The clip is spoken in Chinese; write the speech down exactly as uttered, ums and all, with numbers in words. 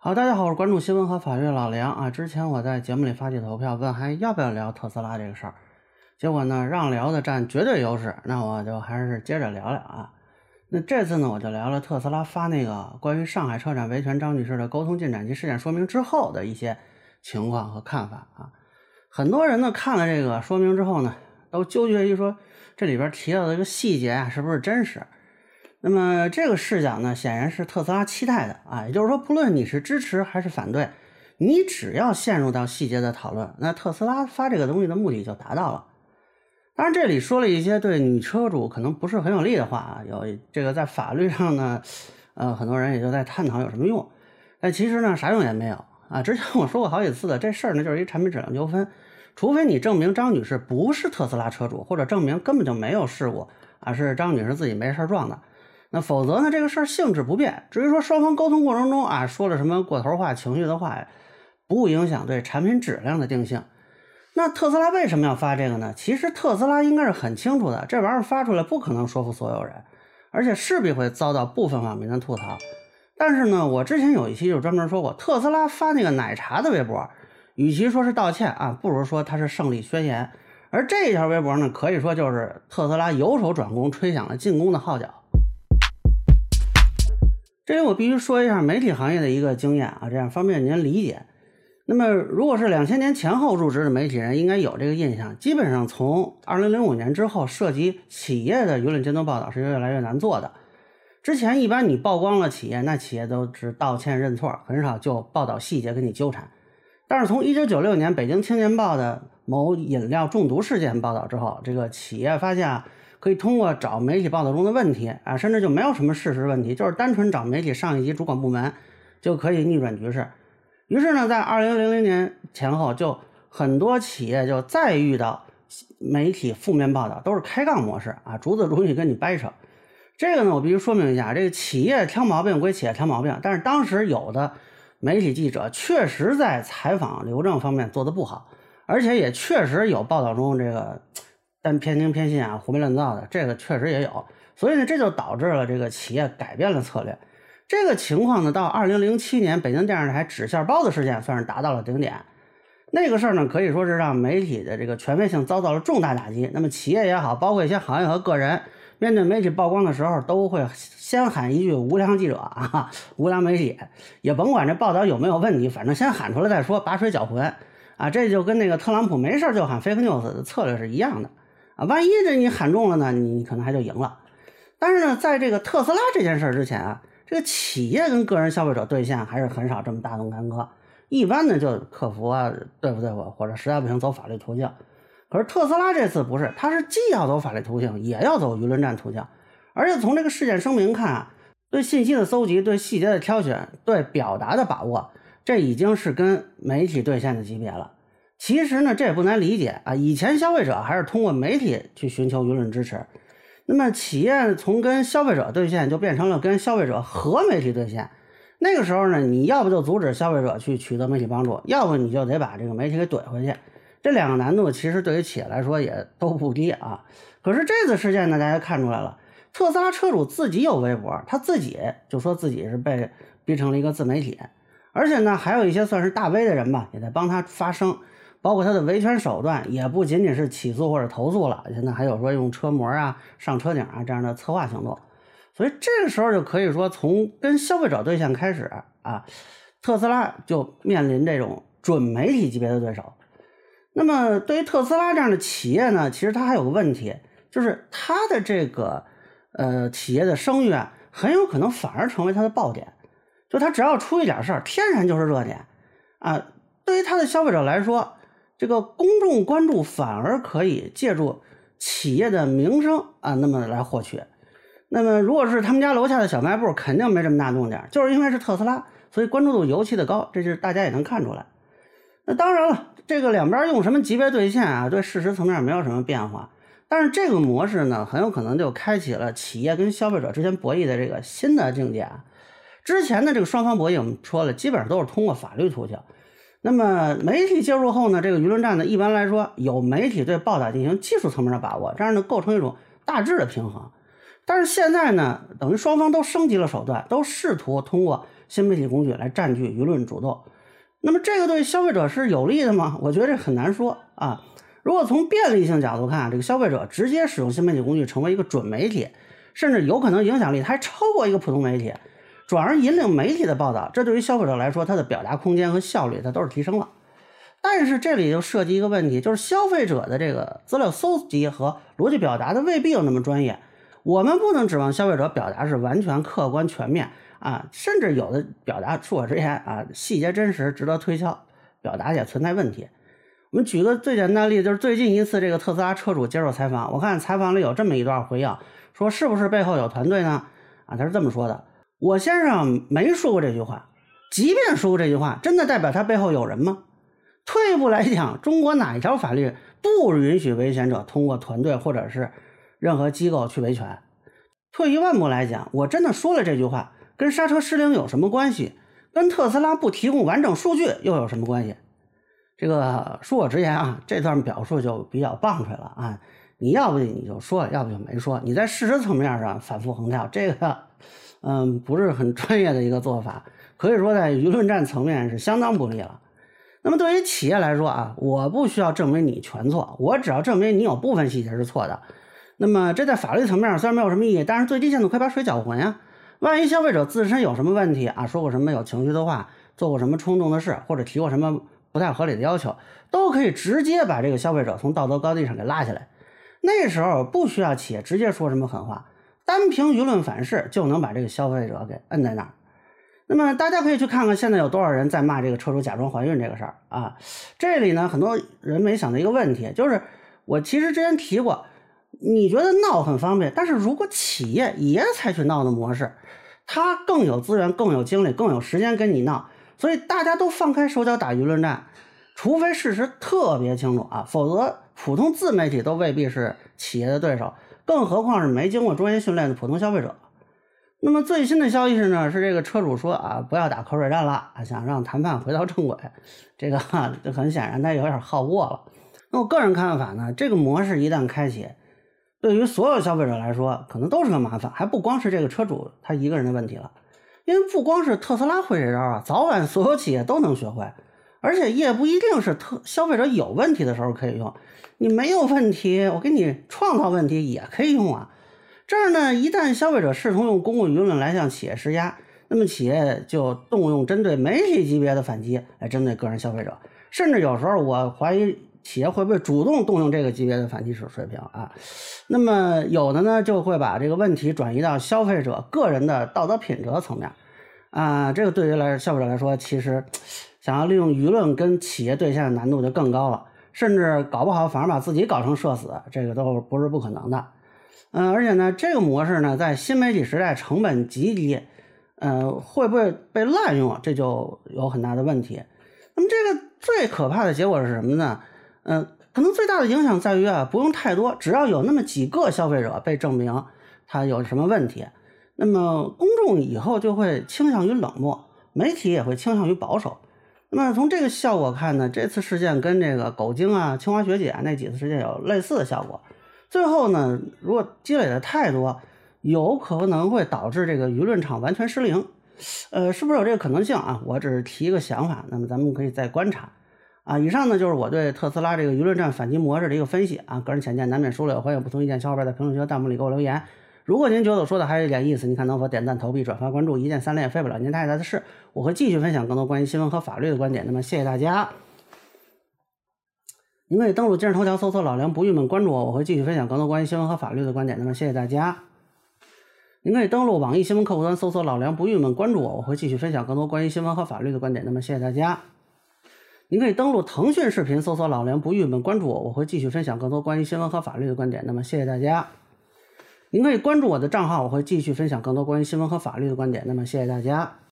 好，大家好，我是关注新闻和法律的老梁啊。之前我在节目里发起投票，问还要不要聊特斯拉这个事儿，结果呢让聊的占绝对优势，那我就还是接着聊聊啊。那这次呢我就聊了特斯拉发那个关于上海车展维权张女士的沟通进展及事件说明之后的一些情况和看法啊。很多人呢看了这个说明之后呢，都纠结于说这里边提到的这个细节啊是不是真实。那么这个视角呢，显然是特斯拉期待的啊，也就是说，不论你是支持还是反对，你只要陷入到细节的讨论，那特斯拉发这个东西的目的就达到了。当然，这里说了一些对女车主可能不是很有利的话啊，有这个在法律上呢，呃，很多人也就在探讨有什么用，但其实呢，啥用也没有啊。之前我说过好几次的，这事儿呢就是一产品质量纠纷，除非你证明张女士不是特斯拉车主，或者证明根本就没有事故啊，是张女士自己没事撞的。那否则呢，这个事儿性质不变。至于说双方沟通过程中啊，说了什么过头话、情绪的话，不影响对产品质量的定性。那特斯拉为什么要发这个呢？其实特斯拉应该是很清楚的，这玩意儿发出来不可能说服所有人，而且势必会遭到部分网民的吐槽。但是呢，我之前有一期就专门说过，特斯拉发那个奶茶的微博，与其说是道歉啊，不如说它是胜利宣言。而这一条微博呢，可以说就是特斯拉由守转攻，吹响了进攻的号角。这里我必须说一下媒体行业的一个经验啊，这样方便您理解。那么如果是两千年前后入职的媒体人，应该有这个印象，基本上从二零零五年之后，涉及企业的舆论监督报道是越来越难做的。之前一般你曝光了企业，那企业都只道歉认错，很少就报道细节跟你纠缠。但是从一九九六年北京青年报的某饮料中毒事件报道之后，这个企业发现啊，可以通过找媒体报道中的问题啊，甚至就没有什么事实问题，就是单纯找媒体上一级主管部门就可以逆转局势。于是呢，在二零零零年前后，就很多企业就再遇到媒体负面报道，都是开杠模式啊，逐字逐句跟你掰扯。这个呢，我必须说明一下，这个企业挑毛病归企业挑毛病，但是当时有的媒体记者确实在采访留证方面做得不好，而且也确实有报道中这个但偏听偏信啊，胡编乱造的，这个确实也有。所以呢，这就导致了这个企业改变了策略。这个情况呢，到二零零七年北京电视台纸馅包子事件算是达到了顶点。那个事儿呢，可以说是让媒体的这个权威性遭到了重大打击。那么企业也好，包括一些行业和个人，面对媒体曝光的时候，都会先喊一句无良记者啊，无良媒体，也甭管这报道有没有问题，反正先喊出来再说，拔水搅浑啊。这就跟那个特朗普没事就喊 fake news 的策略是一样的啊。万一这你喊中了呢，你可能还就赢了。但是呢，在这个特斯拉这件事之前啊，这个企业跟个人消费者对线还是很少这么大动干戈，一般呢就客服啊对付对付，或者实在不行走法律途径。可是特斯拉这次不是，它是既要走法律途径，也要走舆论战途径。而且从这个事件声明看啊，对信息的搜集、对细节的挑选、对表达的把握，这已经是跟媒体对线的级别了。其实呢，这也不难理解啊，以前消费者还是通过媒体去寻求舆论支持，那么企业从跟消费者对线就变成了跟消费者和媒体对线。那个时候呢，你要不就阻止消费者去取得媒体帮助，要不你就得把这个媒体给怼回去。这两个难度其实对于企业来说也都不低啊。可是这次事件呢，大家看出来了，特斯拉车主自己有微博，他自己就说自己是被逼成了一个自媒体，而且呢，还有一些算是大 V 的人吧，也在帮他发声，包括他的维权手段也不仅仅是起诉或者投诉了，现在还有说用车模啊、上车顶啊这样的策划行动。所以这个时候就可以说，从跟消费者对象开始啊，特斯拉就面临这种准媒体级别的对手。那么对于特斯拉这样的企业呢，其实它还有个问题，就是它的这个呃企业的声誉啊，很有可能反而成为它的爆点。就它只要出一点事儿，天然就是热点啊。对于它的消费者来说，这个公众关注反而可以借助企业的名声啊，那么来获取。那么如果是他们家楼下的小卖部，肯定没这么大动静，就是因为是特斯拉，所以关注度尤其的高，这是大家也能看出来。那当然了，这个两边用什么级别对线啊，对事实层面没有什么变化，但是这个模式呢，很有可能就开启了企业跟消费者之间博弈的这个新的境界啊。之前的这个双方博弈我们说了，基本上都是通过法律途径。那么媒体介入后呢，这个舆论战呢，一般来说有媒体对报道进行技术层面的把握，这样呢构成一种大致的平衡。但是现在呢，等于双方都升级了手段，都试图通过新媒体工具来占据舆论主动。那么这个对消费者是有利的吗？我觉得这很难说啊。如果从便利性角度看，这个消费者直接使用新媒体工具成为一个准媒体，甚至有可能影响力还超过一个普通媒体，转而引领媒体的报道，这对于消费者来说，它的表达空间和效率它都是提升了。但是这里就涉及一个问题，就是消费者的这个资料搜集和逻辑表达的未必有那么专业，我们不能指望消费者表达是完全客观全面啊，甚至有的表达恕我直言啊，细节真实值得推敲，表达也存在问题。我们举个最简单的例子，就是最近一次这个特斯拉车主接受采访，我看采访里有这么一段回应，说是不是背后有团队呢？啊，他是这么说的：我先生没说过这句话，即便说过这句话，真的代表他背后有人吗？退一步来讲，中国哪一条法律不允许维权者通过团队或者是任何机构去维权？退一万步来讲，我真的说了这句话，跟刹车失灵有什么关系？跟特斯拉不提供完整数据又有什么关系？这个恕我直言啊，这段表述就比较棒槌了啊！你要不你就说，要不就没说，你在事实层面上反复横跳，这个嗯不是很专业的一个做法，可以说在舆论战层面是相当不利了。那么对于企业来说啊，我不需要证明你全错，我只要证明你有部分细节是错的。那么这在法律层面上虽然没有什么意义，但是最低限度可以把水搅浑呀。万一消费者自身有什么问题啊，说过什么有情绪的话，做过什么冲动的事，或者提过什么不太合理的要求，都可以直接把这个消费者从道德高地上给拉下来。那时候不需要企业直接说什么狠话，单凭舆论反噬就能把这个消费者给摁在那儿。那么大家可以去看看现在有多少人在骂这个车主假装怀孕这个事儿啊。这里呢很多人没想到一个问题，就是我其实之前提过，你觉得闹很方便，但是如果企业也采取闹的模式，它更有资源更有精力更有时间跟你闹，所以大家都放开手脚打舆论战，除非事实特别清楚啊，否则普通自媒体都未必是企业的对手，更何况是没经过专业训练的普通消费者。那么最新的消息是呢，是这个车主说啊，不要打口水战了，想让谈判回到正轨。这个哈，很显然他有点好过了。那我个人看法呢，这个模式一旦开启，对于所有消费者来说，可能都是个麻烦，还不光是这个车主他一个人的问题了。因为不光是特斯拉会这招啊，早晚所有企业都能学会，而且也不一定是特消费者有问题的时候可以用，你没有问题，我给你创造问题也可以用啊。这儿呢，一旦消费者试图用公共舆论来向企业施压，那么企业就动用针对媒体级别的反击来针对个人消费者，甚至有时候我怀疑企业会不会主动动用这个级别的反击水平啊。那么有的呢就会把这个问题转移到消费者个人的道德品质层面啊，这个对于来消费者来说，其实想要利用舆论跟企业对线的难度就更高了，甚至搞不好反而把自己搞成社死，这个都不是不可能的。嗯，而且呢，这个模式呢，在新媒体时代成本极低，呃，会不会被滥用，这就有很大的问题。那么这个最可怕的结果是什么呢？嗯、呃，可能最大的影响在于啊，不用太多，只要有那么几个消费者被证明他有什么问题，那么公众以后就会倾向于冷漠，媒体也会倾向于保守。那么从这个效果看呢，这次事件跟这个狗精啊、清华学姐啊那几次事件有类似的效果。最后呢，如果积累的太多，有可能会导致这个舆论场完全失灵。呃，是不是有这个可能性啊？我只是提一个想法，那么咱们可以再观察。啊，以上呢就是我对特斯拉这个舆论战反击模式的一个分析啊，个人浅见难免疏漏，欢迎有不同意见小伙伴在评论区和弹幕里给我留言。如果您觉得我说的还有一点意思，您看能否点赞、投币、转发、关注，一键三连，费不了您太大的事。我会继续分享更多关于新闻和法律的观点。那么谢谢大家。您可以登录今日头条搜索老梁不郁闷，关注我，我会继续分享更多关于新闻和法律的观点。那么谢谢大家。您可以登录网易新闻客户端搜索老梁不郁闷，关注我，我会继续分享更多关于新闻和法律的观点。那么谢谢大家。您可以登录腾讯视频搜索老梁不郁闷，关注我，我会继续分享更多关于新闻和法律的观点。那么谢谢大家。您可以关注我的账号，我会继续分享更多关于新闻和法律的观点。那么谢谢大家。